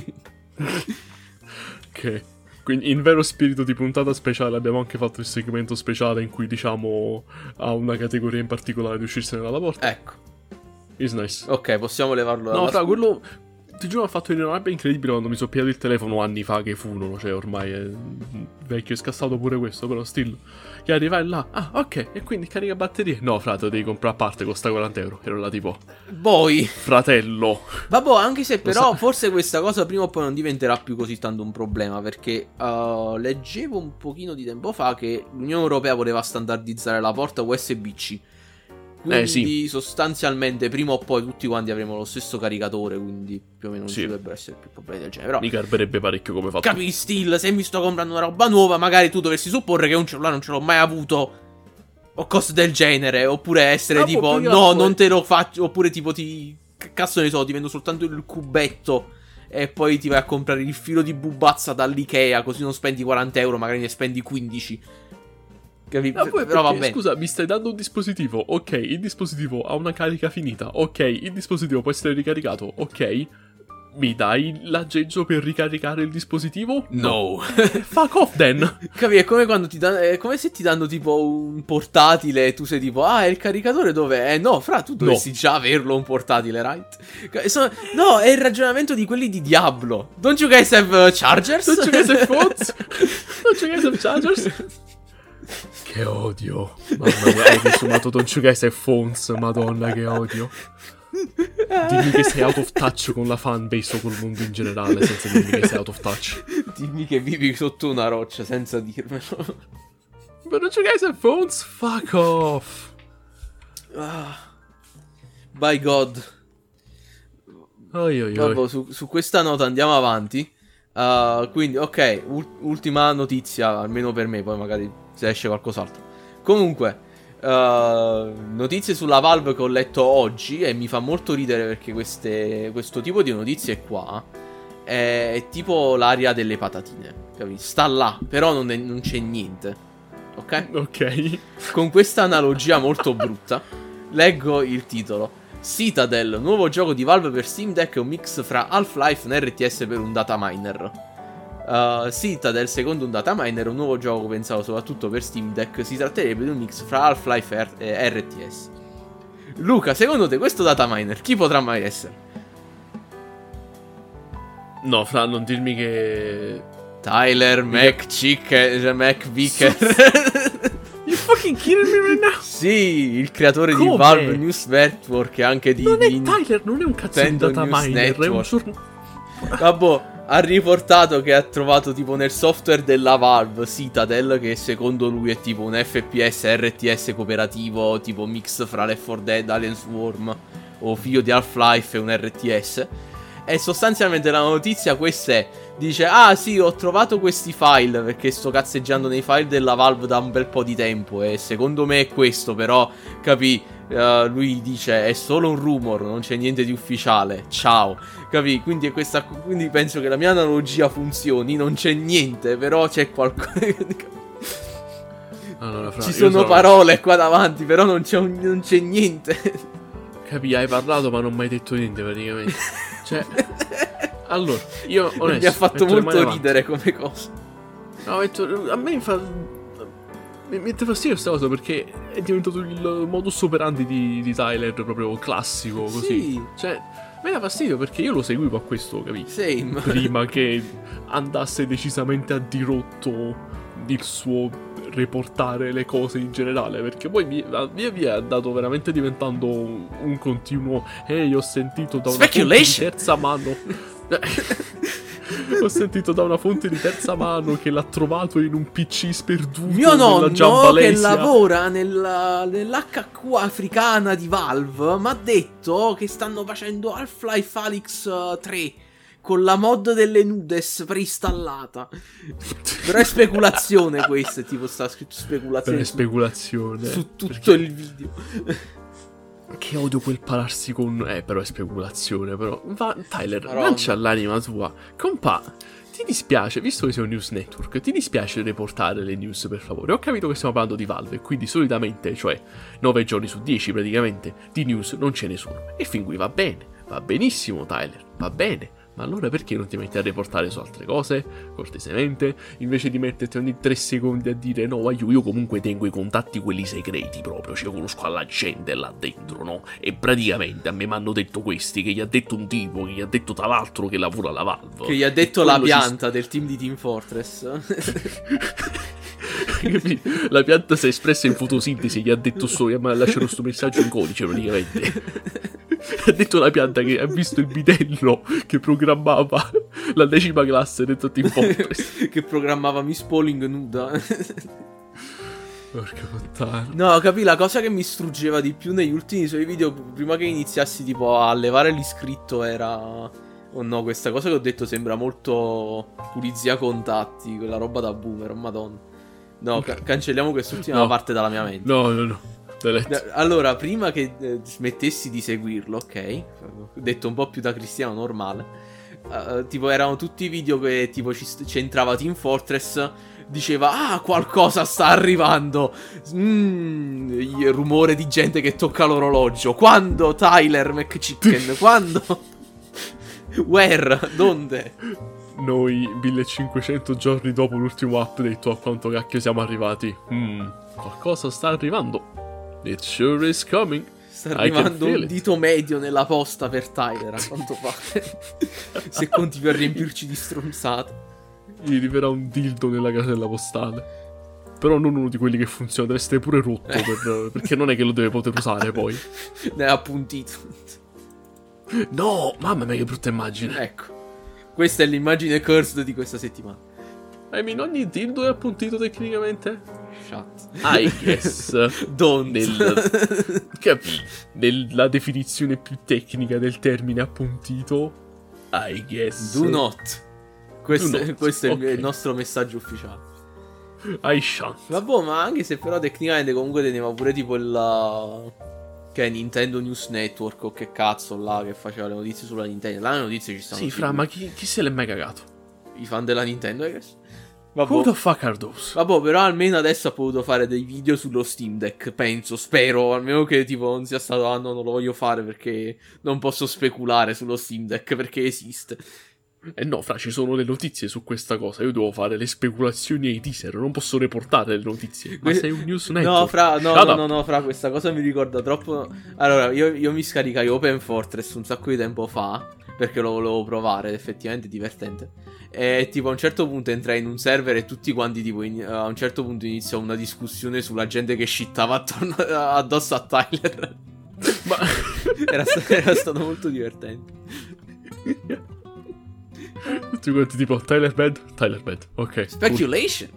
Ok. Quindi in vero spirito di puntata speciale abbiamo anche fatto il segmento speciale in cui diciamo a una categoria in particolare di uscirsene dalla porta. Ecco. Is nice. Ok, possiamo levarlo No, fra quello, ti giuro, ha fatto una rabbia incredibile quando mi sono pigliato il telefono anni fa che furono. Cioè ormai è vecchio e scassato pure questo, però still. Che arrivai là, ah ok, e quindi carica batterie. No, fra, te lo devi comprare a parte, costa 40 euro. Ero là tipo Poi fratello. vabbè, anche se però forse questa cosa prima o poi non diventerà più così tanto un problema, perché leggevo un pochino di tempo fa che l'Unione Europea voleva standardizzare la porta USB-C. Quindi sì. sostanzialmente prima o poi tutti quanti avremo lo stesso caricatore, quindi più o meno non ci dovrebbero essere più problemi del genere. Però mi garberebbe parecchio come fatto. capisti, se mi sto comprando una roba nuova, magari tu dovresti supporre che un cellulare non ce l'ho mai avuto o cose del genere, oppure essere tipo no, non te lo faccio, oppure tipo cazzo ne so, ti vendo soltanto il cubetto e poi ti vai a comprare il filo di bubazza dall'Ikea, così non spendi 40 euro, magari ne spendi 15. Però va bene. Scusa, mi stai dando un dispositivo. Ok, il dispositivo ha una carica finita. Ok, il dispositivo può essere ricaricato. Ok, mi dai l'aggeggio per ricaricare il dispositivo? No. Fuck off then. Capi, è come quando è come se ti danno tipo un portatile e tu sei tipo ah, il caricatore dov'è? No, fra, tu dovresti già averlo un portatile, right? No, è il ragionamento di quelli di Diablo. Don't you guys have chargers? Don't you guys have phones? Don't you guys have chargers? Che odio. Mamma mia, hai consumato Don't You Guys Have Phones. Madonna, che odio. Dimmi che sei out of touch con la fanbase o col mondo in generale, senza dirmi che sei out of touch. Dimmi che vivi sotto una roccia senza dirmelo. But Don't You Guys Have Phones? Fuck off. By God. Vabbè, su questa nota andiamo avanti. Quindi, ok, ultima notizia, almeno per me, poi magari se esce qualcos'altro. Comunque, notizie sulla Valve che ho letto oggi e mi fa molto ridere perché questo tipo di notizie qua è tipo l'aria delle patatine, capi? Sta là, però non c'è niente. Ok? Ok. Con questa analogia molto brutta leggo il titolo. Citadel, nuovo gioco di Valve per Steam Deck, è un mix fra Half-Life e un RTS per un dataminer. Citadel, secondo un dataminer, è un nuovo gioco pensato soprattutto per Steam Deck. Si tratterebbe di un mix fra Half-Life e RTS. Luca, secondo te questo dataminer chi potrà mai essere? No, Fra, non dirmi che... Tyler McVicker. You fucking kidding me right now? Sì, il creatore Come? di Valve News Network e anche di Non è Tyler, non è un cazzo di Nintendo data News miner, è un Network. Vabbè, ha riportato che ha trovato tipo nel software della Valve Citadel, che secondo lui è tipo un FPS RTS cooperativo, tipo mix fra Left 4 Dead, Alien Swarm o figlio di Half-Life e un RTS. E sostanzialmente la notizia questa è, dice, ah sì, ho trovato questi file perché sto cazzeggiando nei file della Valve da un bel po' di tempo e secondo me è questo, però, capì, lui dice è solo un rumor, non c'è niente di ufficiale, ciao, capì, quindi, quindi penso che la mia analogia funzioni, non c'è niente, però c'è qualcosa. Allora, Fra, ci sono parole qua davanti, però non c'è niente. Capì, hai parlato ma non mi hai detto niente praticamente. Cioè, allora, io onesto, mi ha fatto metto le molto mani ridere come cosa. No, a me mi mette fastidio questa cosa perché è diventato il modus operandi di Tyler, proprio classico, così. Sì. Cioè, mi dà fastidio perché io lo seguivo a questo, capito? Same. Prima che andasse decisamente a dirotto il suo riportare le cose in generale, perché poi via via è andato veramente diventando un continuo ho sentito da una fonte di terza mano ho sentito da una fonte di terza mano che l'ha trovato in un PC sperduto mio nella nonno Giambalesia, che lavora nell'HQ africana di Valve mi ha detto che stanno facendo Half-Life Alyx 3 con la mod delle nudes preinstallata. Però è speculazione questa, tipo sta scritto speculazione. Però è speculazione su tutto il video. Che odio quel pararsi con... però è speculazione, però... Tyler, Madonna. lancia l'anima tua. Compa, ti dispiace, visto che sei un news network, ti dispiace riportare le news, per favore? Ho capito che stiamo parlando di Valve, quindi solitamente, cioè 9 giorni su 10 praticamente, di news non ce ne sono. E fin qui va bene, va benissimo Tyler, va bene. Ma allora perché non ti metti a riportare su altre cose, cortesemente, invece di metterti ogni 3 secondi a dire no, io comunque tengo i contatti quelli segreti proprio, cioè conosco alla gente là dentro, no? E praticamente a me mi hanno detto questi, che gli ha detto un tipo, che gli ha detto tra l'altro che lavora alla Valve. Che gli ha detto la pianta del team di Team Fortress. La pianta si è espressa in fotosintesi, gli ha detto ma lasciano sto messaggio in codice praticamente. Ha detto la pianta che ha visto il bidello che programmava la 10ª classe dentro Team Fortress. Che programmava Miss Pauling nuda. Porca puttana. No, capì, la cosa che mi struggeva di più negli ultimi suoi video, prima che iniziassi tipo a levare l'iscritto, era... Oh no, questa cosa che ho detto sembra molto pulizia contatti, quella roba da boomer, oh madonna. No, cancelliamo quest'ultima parte dalla mia mente. No. Allora, prima che smettessi di seguirlo, ok? Detto un po' più da cristiano normale, tipo erano tutti i video che tipo c'entrava Team Fortress, diceva ah qualcosa sta arrivando, il rumore di gente che tocca l'orologio, quando Tyler McChicken, quando where, donde? Noi 1500 giorni dopo l'ultimo update, a quanto cacchio siamo arrivati? Qualcosa sta arrivando. It sure is coming. Sta arrivando un dito medio nella posta per Tyler, a quanto pare. Se continui a riempirci di stronzate. Gli arriverà un dildo nella casella postale. Però non uno di quelli che funziona, deve essere pure rotto perché non è che lo deve poter usare poi. Ne ha appuntito. No, mamma mia che brutta immagine. Ecco, questa è l'immagine cursed di questa settimana. I mean, ogni dildo è appuntito tecnicamente? Shut. I guess. Don't. Capì? Nella definizione più tecnica del termine appuntito, I guess. Do not. Questo è okay. Il nostro messaggio ufficiale. I shan't. Vabbè, ma anche se però tecnicamente comunque teneva pure tipo che è Nintendo News Network o che cazzo là che faceva le notizie sulla Nintendo. Là le notizie ci stanno. Sì, fra, ma chi se l'è mai cagato? I fan della Nintendo, I guess. Who the fuck are those? Vabbè, però almeno adesso ha potuto fare dei video sullo Steam Deck, penso, spero, almeno che tipo non sia stato, no, non lo voglio fare perché non posso speculare sullo Steam Deck perché esiste. No, fra, ci sono le notizie su questa cosa, io devo fare le speculazioni ai teaser, non posso reportare le notizie, ma sei un news network. No, fra, questa cosa mi ricorda troppo. Allora, io mi scaricai Open Fortress un sacco di tempo fa, perché lo volevo provare, ed effettivamente è divertente. E tipo a un certo punto entrai in un server e tutti quanti tipo a un certo punto iniziò una discussione sulla gente che shittava addosso a Tyler. Ma era stato molto divertente. Tutti quanti tipo Tyler bad, ok. Speculation,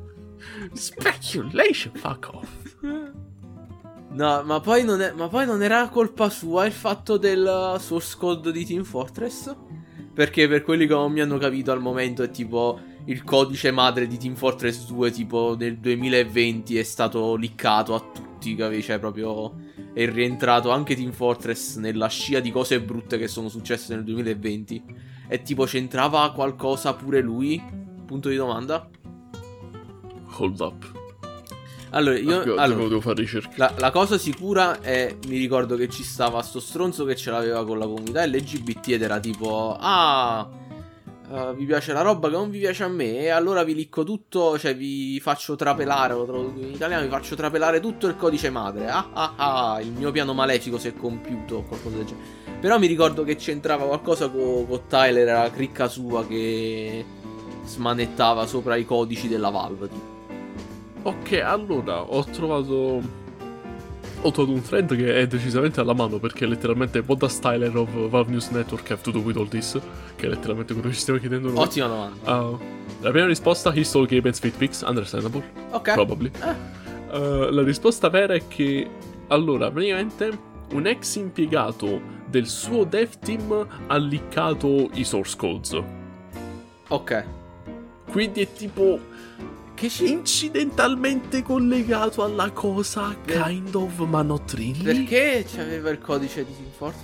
fuck off. No, ma poi non era colpa sua il fatto del source code di Team Fortress? Perché per quelli che non mi hanno capito al momento è tipo il codice madre di Team Fortress 2 tipo nel 2020 è stato liccato a tutti, capi? Cioè proprio è rientrato anche Team Fortress nella scia di cose brutte che sono successe nel 2020. E tipo c'entrava qualcosa pure lui? Punto di domanda. Hold up. Allora, devo fare ricerca. La cosa sicura è, mi ricordo che ci stava sto stronzo che ce l'aveva con la comunità LGBT ed era tipo, vi piace la roba che non vi piace a me e allora vi licco tutto, cioè vi faccio trapelare, lo tradotto in italiano, vi faccio trapelare tutto il codice madre. Il mio piano malefico si è compiuto, qualcosa del genere. Però mi ricordo che c'entrava qualcosa con Tyler, era la cricca sua che smanettava sopra i codici della Valve, tipo. Ok, allora ho trovato un thread che è decisamente alla mano, perché è letteralmente what does Tyler of Valve News Network have to do with all this, che è letteralmente quello che ci stiamo chiedendo noi. Ottima domanda. La prima risposta, he stole game and spit pics, understandable. Ok. Probably. La risposta vera è che, allora, praticamente un ex impiegato del suo dev team ha liccato i source codes. Ok. Quindi è tipo incidentalmente collegato alla cosa, kind of, ma not really. Perché c'aveva il codice di Team Fortress?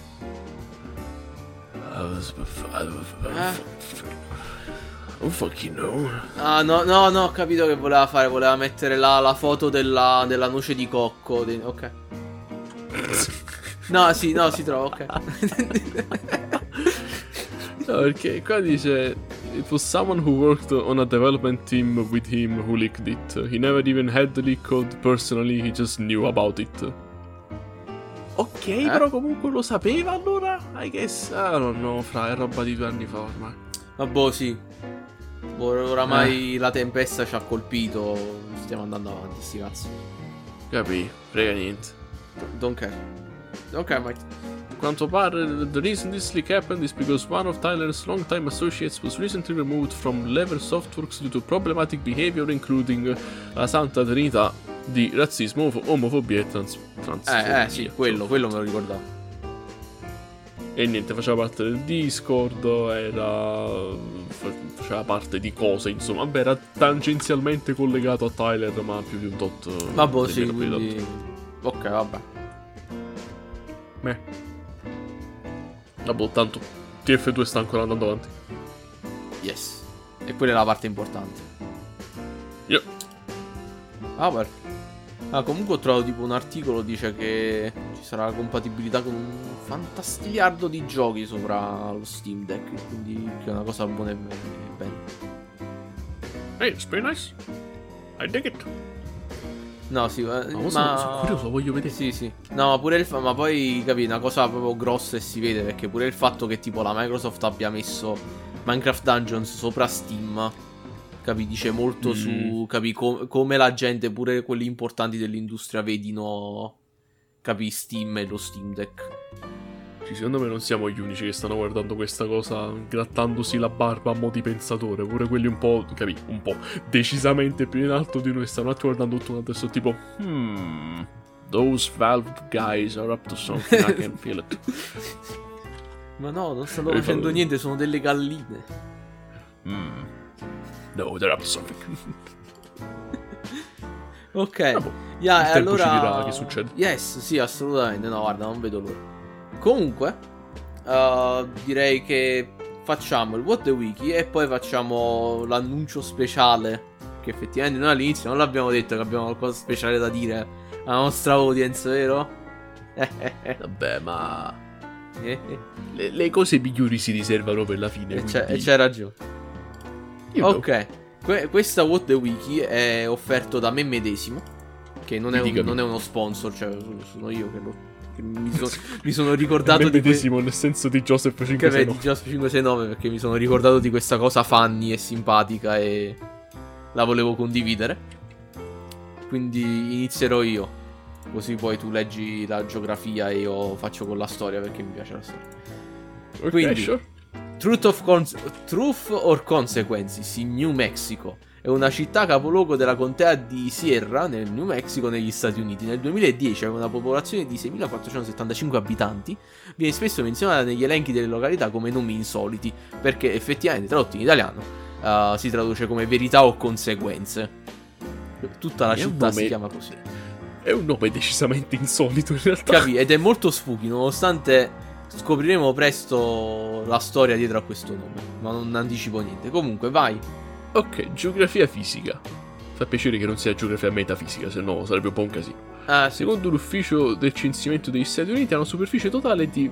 Oh fucking no. No, ho capito che voleva fare. Voleva mettere la foto della noce di cocco. Ok. No, si trova, ok. No, perché qua dice it was someone who worked on a development team with him who leaked it. He never even had the leak code personally, he just knew about it. Ok, però comunque lo sapeva allora? I guess. I don't know, fra, è roba di 2 anni fa ormai. Vabbè, sì. Oramai la tempesta ci ha colpito. Stiamo andando avanti, sti cazzi. Capì, frega niente. Don't care. Ok, Mike. Quanto pare, the reason this leak happened is because one of Tyler's longtime associates was recently removed from Lever Softworks due to problematic behavior, including la santa trinità di razzismo, omofobia e transfobia. Sì, quello me lo ricordavo. E niente, faceva parte del Discord, faceva parte di cose, insomma. Vabbè, era tangenzialmente collegato a Tyler, ma più di un tot. Vabbè, sì, quindi... Ok, vabbè. Vabbè, tanto TF2 sta ancora andando avanti. Yes. E quella è la parte importante. Yeah. Vabbè. Comunque ho trovato tipo un articolo, dice che ci sarà la compatibilità con un fantastiliardo di giochi sopra lo Steam Deck, quindi che è una cosa buona e bella. Hey, it's very nice. I dig it. No, sì, ma sono curioso, voglio vedere. Sì. No, ma pure ma poi capì, una cosa proprio grossa e si vede, perché pure il fatto che tipo la Microsoft abbia messo Minecraft Dungeons sopra Steam, capì, dice molto su, capì, come la gente, pure quelli importanti dell'industria, vedino, capì, Steam e lo Steam Deck. Secondo me non siamo gli unici che stanno guardando questa cosa grattandosi la barba a mo' di pensatore. Pure quelli un po', capì, un po' decisamente più in alto di noi stanno guardando tutto adesso tipo those Valve guys are up to something, I can feel it. Ma no, non stanno facendo niente, sono delle galline. No, they're up to something. Ok, allora ci dirà che succede. Yes, sì, assolutamente. No, guarda, non vedo l'ora. Comunque, direi che facciamo il What the Wiki e poi facciamo l'annuncio speciale perché effettivamente noi all'inizio non l'abbiamo detto che abbiamo qualcosa speciale da dire alla nostra audience, vero? Vabbè, ma le cose migliori si riservano per la fine. E c'hai ragione. Ok, questa What the Wiki è offerto da me medesimo, che non è uno sponsor, cioè sono io che mi sono ricordato di medesimo nel senso di Joseph 569. Di Joseph 569, perché mi sono ricordato di questa cosa funny e simpatica e la volevo condividere. Quindi inizierò io, così poi tu leggi la geografia e io faccio con la storia, perché mi piace la storia. Okay, quindi sure. Truth or Consequences in New Mexico è una città capoluogo della contea di Sierra nel New Mexico negli Stati Uniti. Nel 2010 aveva una popolazione di 6.475 abitanti. Viene spesso menzionata negli elenchi delle località come nomi insoliti, perché effettivamente tradotto in italiano si traduce come verità o conseguenze. Tutta la città si chiama così. È un nome decisamente insolito in realtà. Capì? Ed è molto spooky, nonostante scopriremo presto la storia dietro a questo nome, ma non anticipo niente. Comunque, vai. Ok, geografia fisica. Fa piacere che non sia geografia metafisica, se no sarebbe un po' un casino. Sì. Secondo l'ufficio del censimento degli Stati Uniti ha una superficie totale di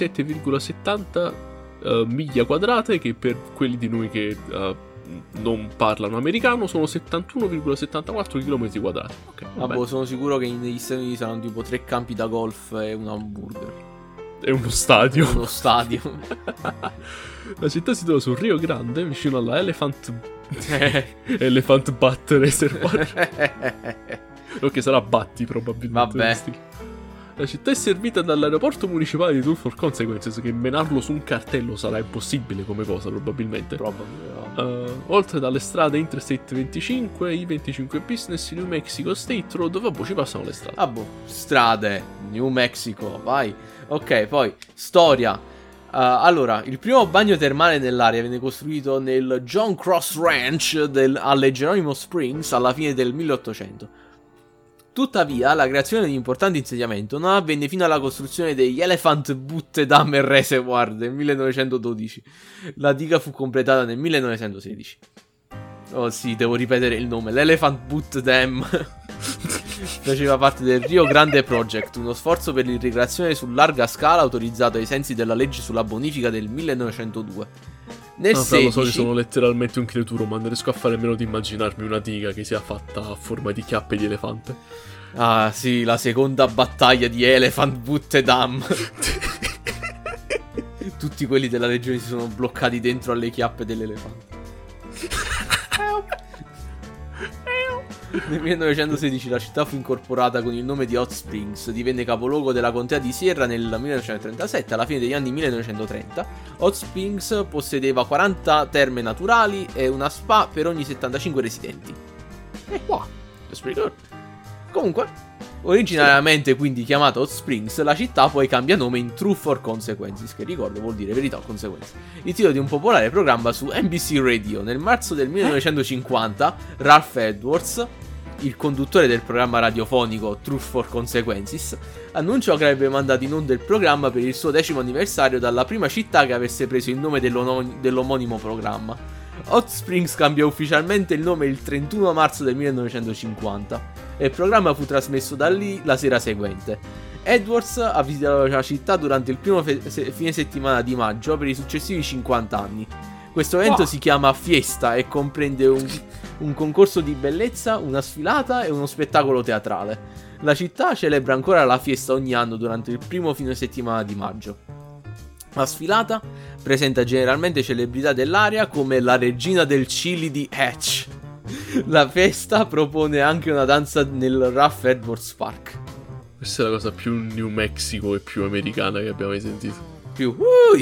27,70 miglia quadrate, che per quelli di noi che non parlano americano sono 71,74 km quadrati. Okay, sono sicuro che negli Stati Uniti saranno tipo 3 campi da golf e un hamburger. È uno stadio. Uno stadio. La città si trova sul Rio Grande, vicino alla Elephant Butte Reservoir. Ok, sarà Batti probabilmente. Vabbè. La città è servita dall'aeroporto municipale di Truth for Consequences, che menarlo su un cartello sarà impossibile come cosa probabilmente. Oltre dalle strade Interstate 25, I-25 Business, New Mexico State Road, vabbè, ci passano le strade. Strade, New Mexico, vai. Ok, poi, storia. Allora, il primo bagno termale nell'area venne costruito nel John Cross Ranch alle Geronimo Springs alla fine del 1800. Tuttavia, la creazione di importante insediamento non avvenne fino alla costruzione degli Elephant Butte Dam Reservoir nel 1912. La diga fu completata nel 1916. Oh sì, devo ripetere il nome. L'Elephant Butte Dam faceva parte del Rio Grande Project, uno sforzo per l'irrigazione su larga scala autorizzato ai sensi della legge sulla bonifica del 1902. Nel 16... lo so che sono letteralmente un creturo, ma non riesco a fare a meno di immaginarmi una diga che sia fatta a forma di chiappe di elefante. Ah sì, la seconda battaglia di Elephant Butte Dam. Tutti quelli della legione si sono bloccati dentro alle chiappe dell'elefante. Nel 1916 la città fu incorporata con il nome di Hot Springs, divenne capoluogo della contea di Sierra nel 1937. Alla fine degli anni 1930 Hot Springs possedeva 40 terme naturali e una spa per ogni 75 residenti. Wow, that's pretty good. Comunque, originariamente quindi chiamata Hot Springs, la città poi cambia nome in Truth or Consequences, che ricordo vuol dire verità o conseguenze, il titolo di un popolare programma su NBC Radio. Nel marzo del 1950 Ralph Edwards, il conduttore del programma radiofonico Truth for Consequences, annunciò che avrebbe mandato in onda il programma per il suo 10° anniversario dalla prima città che avesse preso il nome dell'omonimo programma. Hot Springs cambiò ufficialmente il nome il 31 marzo del 1950 e il programma fu trasmesso da lì la sera seguente. Edwards ha visitato la città durante il primo fine settimana di maggio per i successivi 50 anni. Questo evento si chiama Fiesta e comprende un concorso di bellezza, una sfilata e uno spettacolo teatrale. La città celebra ancora la fiesta ogni anno durante il primo fine settimana di maggio. La sfilata presenta generalmente celebrità dell'area come la regina del chili di Hatch. La festa propone anche una danza nel Ralph Edwards Park. Questa è la cosa più New Mexico e più americana che abbiamo mai sentito. Più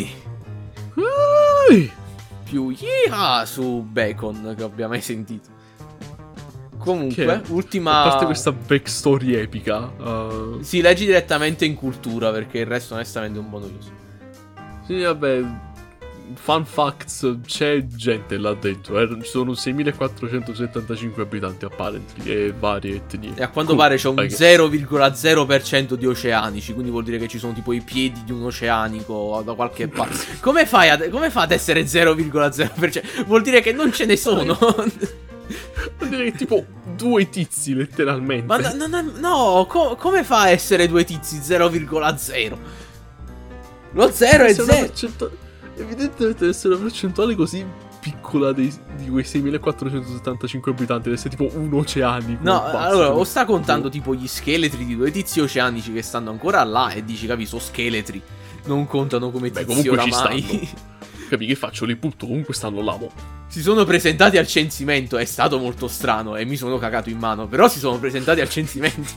yeehaw su bacon che abbiamo mai sentito. Comunque, ultima... A parte questa backstory epica, sì, leggi direttamente in cultura, perché il resto onestamente è un po' noioso. Sì, vabbè, fun facts, c'è gente là dentro, ci sono 6.475 abitanti apparently e varie etnie. E a quanto pare c'è un 0,0% di oceanici, quindi vuol dire che ci sono tipo i piedi di un oceanico da qualche parte. Come fa ad essere 0,0%? Vuol dire che non ce ne sono. Vuol dire che tipo 2 tizi letteralmente. Ma come fa a essere 2 tizi 0,0? Lo 0 è 0. Evidentemente deve essere una percentuale così piccola di quei 6475 abitanti, deve essere tipo un oceanico. No, allora, o sta contando tipo gli scheletri di 2 tizi oceanici che stanno ancora là e dici, capi, sono scheletri, non contano come tizi. Comunque oramai. Ci stanno. Capi, che faccio? Li butto, comunque stanno là, mo. Si sono presentati al censimento, è stato molto strano e mi sono cagato in mano, però si sono presentati al censimento.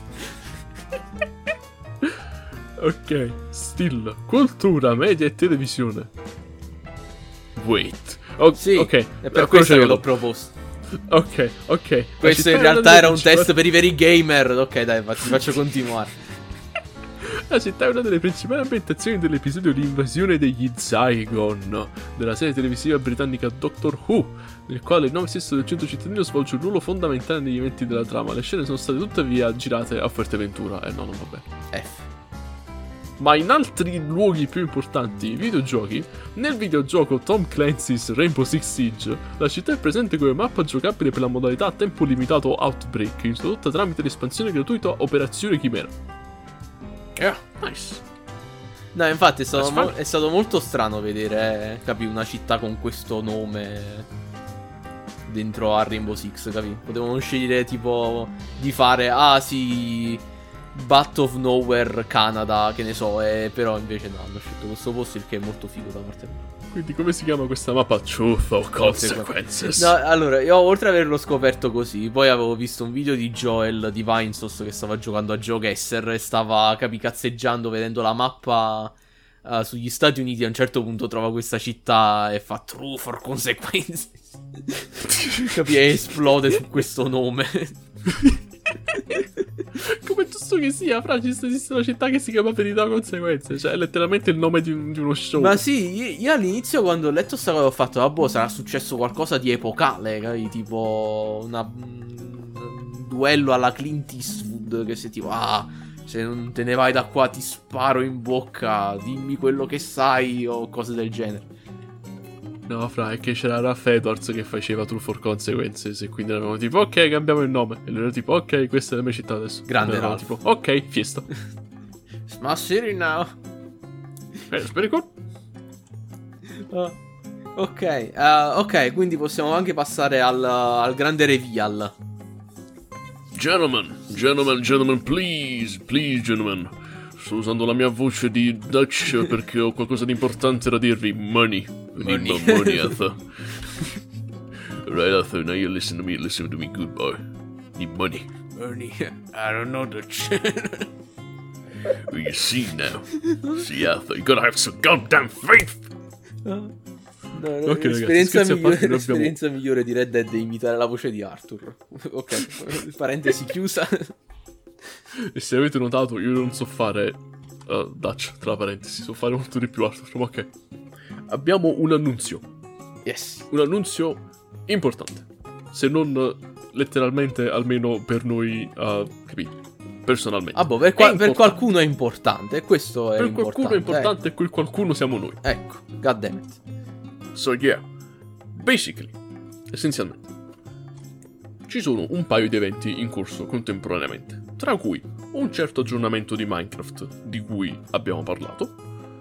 Ok, still, cultura, media e televisione. Wait. Sì, ok, è per questo che l'ho proposto. Ok. Questo in realtà era un test per i veri gamer. Ok, dai, ti faccio continuare. La città è una delle principali ambientazioni dell'episodio L'invasione degli Zygon della serie televisiva britannica Doctor Who, nel quale il nome stesso del centro cittadino svolge un ruolo fondamentale negli eventi della trama. Le scene sono state tuttavia girate a Fuerteventura. No, non va bene. F. Ma in altri luoghi più importanti, videogiochi, nel videogioco Tom Clancy's Rainbow Six Siege, la città è presente come mappa giocabile per la modalità a tempo limitato Outbreak, introdotta tramite l'espansione gratuita Operazione Chimera. Nice. No, infatti è stato molto strano vedere, capi, una città con questo nome dentro a Rainbow Six, capi? Potevano scegliere tipo di fare, Bat of Nowhere Canada, che ne so, però invece no, hanno scelto questo posto, il che è molto figo da parte mia. Quindi come si chiama questa mappa? Truth or Consequences? No, allora, io oltre ad averlo scoperto così, poi avevo visto un video di Joel di Vinesauce che stava giocando a GeoGuessr e stava cazzeggiando vedendo la mappa sugli Stati Uniti. A un certo punto trova questa città e fa Truth or Consequences. Capi? E esplode su questo nome. Come giusto che sia, Francis, esiste una città che si chiama Verità o Conseguenze. Cioè, è letteralmente il nome di uno show. Ma sì, io all'inizio quando ho letto sta cosa ho fatto, vabbè, sarà successo qualcosa di epocale, capi? Tipo un duello alla Clint Eastwood, che se tipo, se non te ne vai da qua ti sparo in bocca, dimmi quello che sai, o cose del genere. No, fra, è che c'era Ralph Edwards che faceva True for Consequences e quindi eravamo tipo, ok, cambiamo il nome. E lui era tipo, ok, questa è la mia città adesso. Grande Ralph. Tipo, ok, fiesta. Smart City now. Very good. Ok, quindi possiamo anche passare al grande reveal. Gentlemen, please, gentlemen. Sto usando la mia voce di Dutch perché ho qualcosa di importante da dirvi. Money, Arthur. Right, Arthur, now you listen to me, good boy. Need money. Money, I don't know Dutch. Well, you see now. See, Arthur, you gotta have some goddamn faith. No, Ok, l'esperienza migliore di Red Dead è imitare la voce di Arthur. Ok, parentesi chiusa. E se avete notato, io non so fare Dutch, tra parentesi, so fare molto di più Arthur. Ma ok. Abbiamo un annunzio. Yes. Un annunzio importante. Se non letteralmente, almeno per noi, capito? Personalmente. Per qualcuno è importante. E questo è per importante. Qualcuno è importante e quel qualcuno siamo noi. Ecco, goddammit. So yeah. Basically, essenzialmente, ci sono un paio di eventi in corso contemporaneamente, tra cui un certo aggiornamento di Minecraft di cui abbiamo parlato,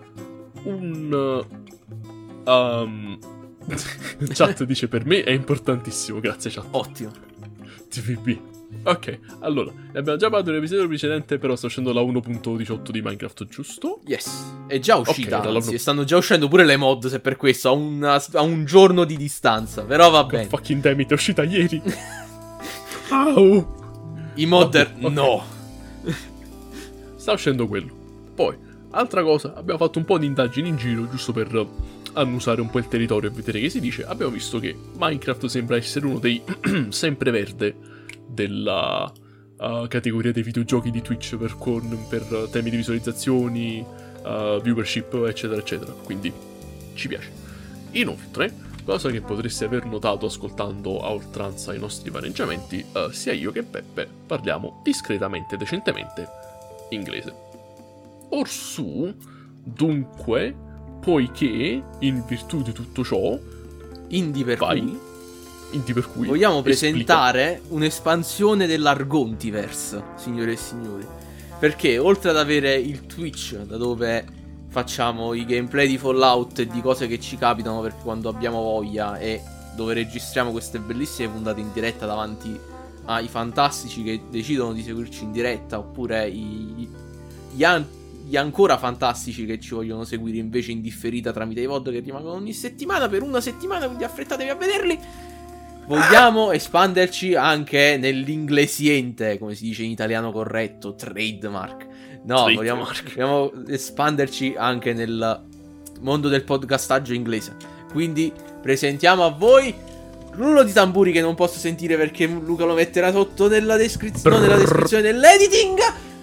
Chat dice per me è importantissimo, grazie chat. Ottimo. TVB. Ok, allora, ne abbiamo già parlato nell'episodio precedente, però sta uscendo la 1.18 di Minecraft, giusto? Yes, è già uscita, Okay, anzi, stanno già uscendo pure le mod, se per questo, a un giorno di distanza, però va bene. Fucking damn it, è uscita ieri. I modder, okay. No. Sta uscendo quello. Poi, altra cosa, abbiamo fatto un po' di indagini in giro, giusto per annusare un po' il territorio e vedere che si dice. Abbiamo visto che Minecraft sembra essere uno dei sempreverde della categoria dei videogiochi di Twitch per temi di visualizzazioni, viewership, eccetera, eccetera. Quindi ci piace. Inoltre, cosa che potreste aver notato ascoltando a oltranza i nostri vaneggiamenti, sia io che Peppe parliamo discretamente, decentemente inglese. Orsù, dunque, poiché, in virtù di tutto ciò, Indie per vai. cui? per cui vogliamo presentare un'espansione dell'Argontiverse, signore e signori. Perché oltre ad avere il Twitch, da dove facciamo i gameplay di Fallout e di cose che ci capitano perché quando abbiamo voglia, e dove registriamo queste bellissime puntate in diretta davanti ai fantastici che decidono di seguirci in diretta, oppure gli ancora fantastici che ci vogliono seguire invece in differita tramite i VOD che rimangono ogni settimana per una settimana, quindi affrettatevi a vederli. Vogliamo espanderci anche nell'inglesiente, come si dice in italiano corretto, trademark. No, vogliamo espanderci anche nel mondo del podcastaggio inglese. Quindi presentiamo a voi, rullo di tamburi che non posso sentire perché Luca lo metterà sotto nella descrizione dell'editing,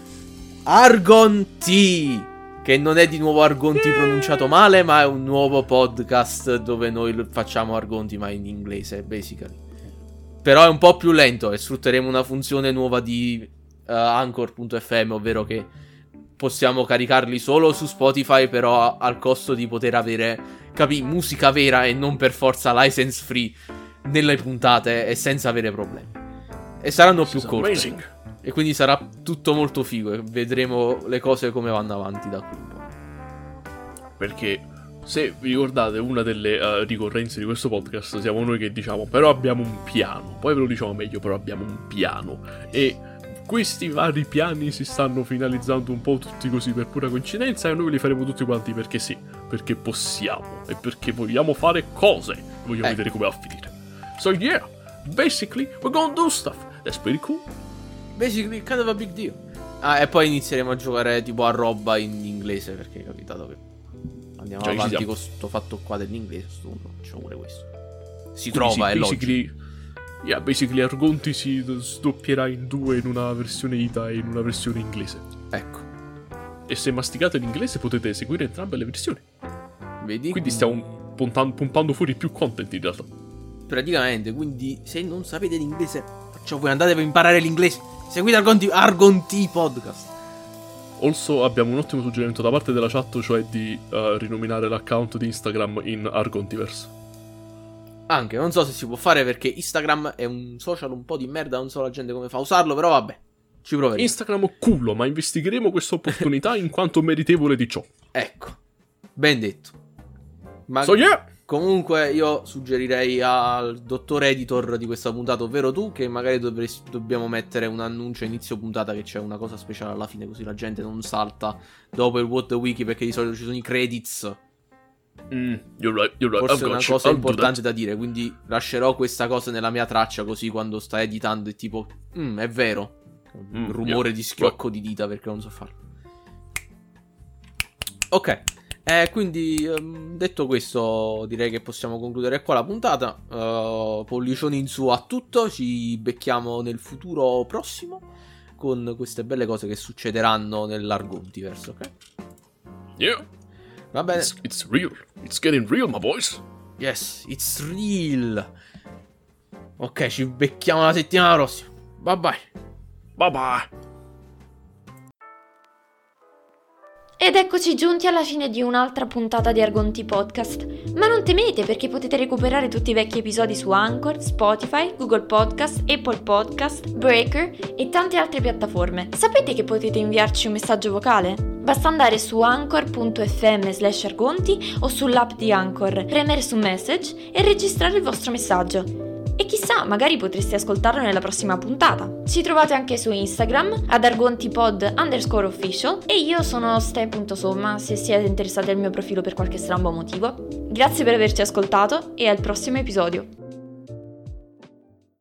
Argonti, che non è di nuovo Argonti pronunciato male, ma è un nuovo podcast dove noi facciamo Argonti ma in inglese, basically. Però è un po' più lento e sfrutteremo una funzione nuova di Anchor.fm, ovvero che possiamo caricarli solo su Spotify, però al costo di poter avere, musica vera e non per forza license free nelle puntate e senza avere problemi. E saranno più corti. E quindi sarà tutto molto figo e vedremo le cose come vanno avanti da qui un po'. Perché se vi ricordate, una delle ricorrenze di questo podcast siamo noi che diciamo però abbiamo un piano. Poi ve lo diciamo meglio, però abbiamo un piano. E questi vari piani si stanno finalizzando un po' tutti così per pura coincidenza, e noi li faremo tutti quanti perché sì, perché possiamo e perché vogliamo fare cose. Vogliamo vedere come va a finire. So yeah, basically we're gonna do stuff. That's pretty cool. Basically kind of a big deal. E poi inizieremo a giocare tipo a roba in inglese, perché è capitato che andiamo avanti con sto fatto qua dell'inglese. Facciamo pure questo. Si quindi trova, sì, è logico. Basically Argonti si sdoppierà in due, in una versione ita e in una versione inglese. Ecco. E se masticate l'inglese potete seguire entrambe le versioni. Vedi? Quindi stiamo pompando fuori più content in realtà. Praticamente, quindi se non sapete l'inglese, voi andate per imparare l'inglese. Seguite Argonti Podcast. Also abbiamo un ottimo suggerimento da parte della chat, cioè di rinominare l'account di Instagram in Argontiverse. Anche, non so se si può fare perché Instagram è un social un po' di merda, non so la gente come fa a usarlo, però vabbè, ci proveremo. Instagram culo, ma investigheremo questa opportunità in quanto meritevole di ciò. Ecco, ben detto. Ma so yeah! Comunque io suggerirei al dottor editor di questa puntata, ovvero tu, che magari dobbiamo mettere un annuncio a inizio puntata che c'è una cosa speciale alla fine, così la gente non salta dopo il What the Wiki, perché di solito ci sono i credits. You're right. Forse è una cosa importante da dire, quindi lascerò questa cosa nella mia traccia, così quando sta editando è tipo è vero, un rumore di schiocco di dita perché non so farlo. Ok, quindi detto questo direi che possiamo concludere qua la puntata. Pollicioni in su a tutto, ci becchiamo nel futuro prossimo con queste belle cose che succederanno nell'Argontiverse, ok? Yeah. Va bene. It's real. It's getting real, my boys. Yes, it's real. Ok, ci becchiamo la settimana prossima. Bye bye. Bye bye. Ed eccoci giunti alla fine di un'altra puntata di Argonti Podcast. Ma non temete, perché potete recuperare tutti i vecchi episodi su Anchor, Spotify, Google Podcast, Apple Podcast, Breaker e tante altre piattaforme. Sapete che potete inviarci un messaggio vocale? Basta andare su anchor.fm/argonti o sull'app di Anchor, premere su Message e registrare il vostro messaggio. E chissà, magari potreste ascoltarlo nella prossima puntata. Ci trovate anche su Instagram ad argontipod_official e io sono ste.somma se siete interessati al mio profilo per qualche strambo motivo. Grazie per averci ascoltato e al prossimo episodio.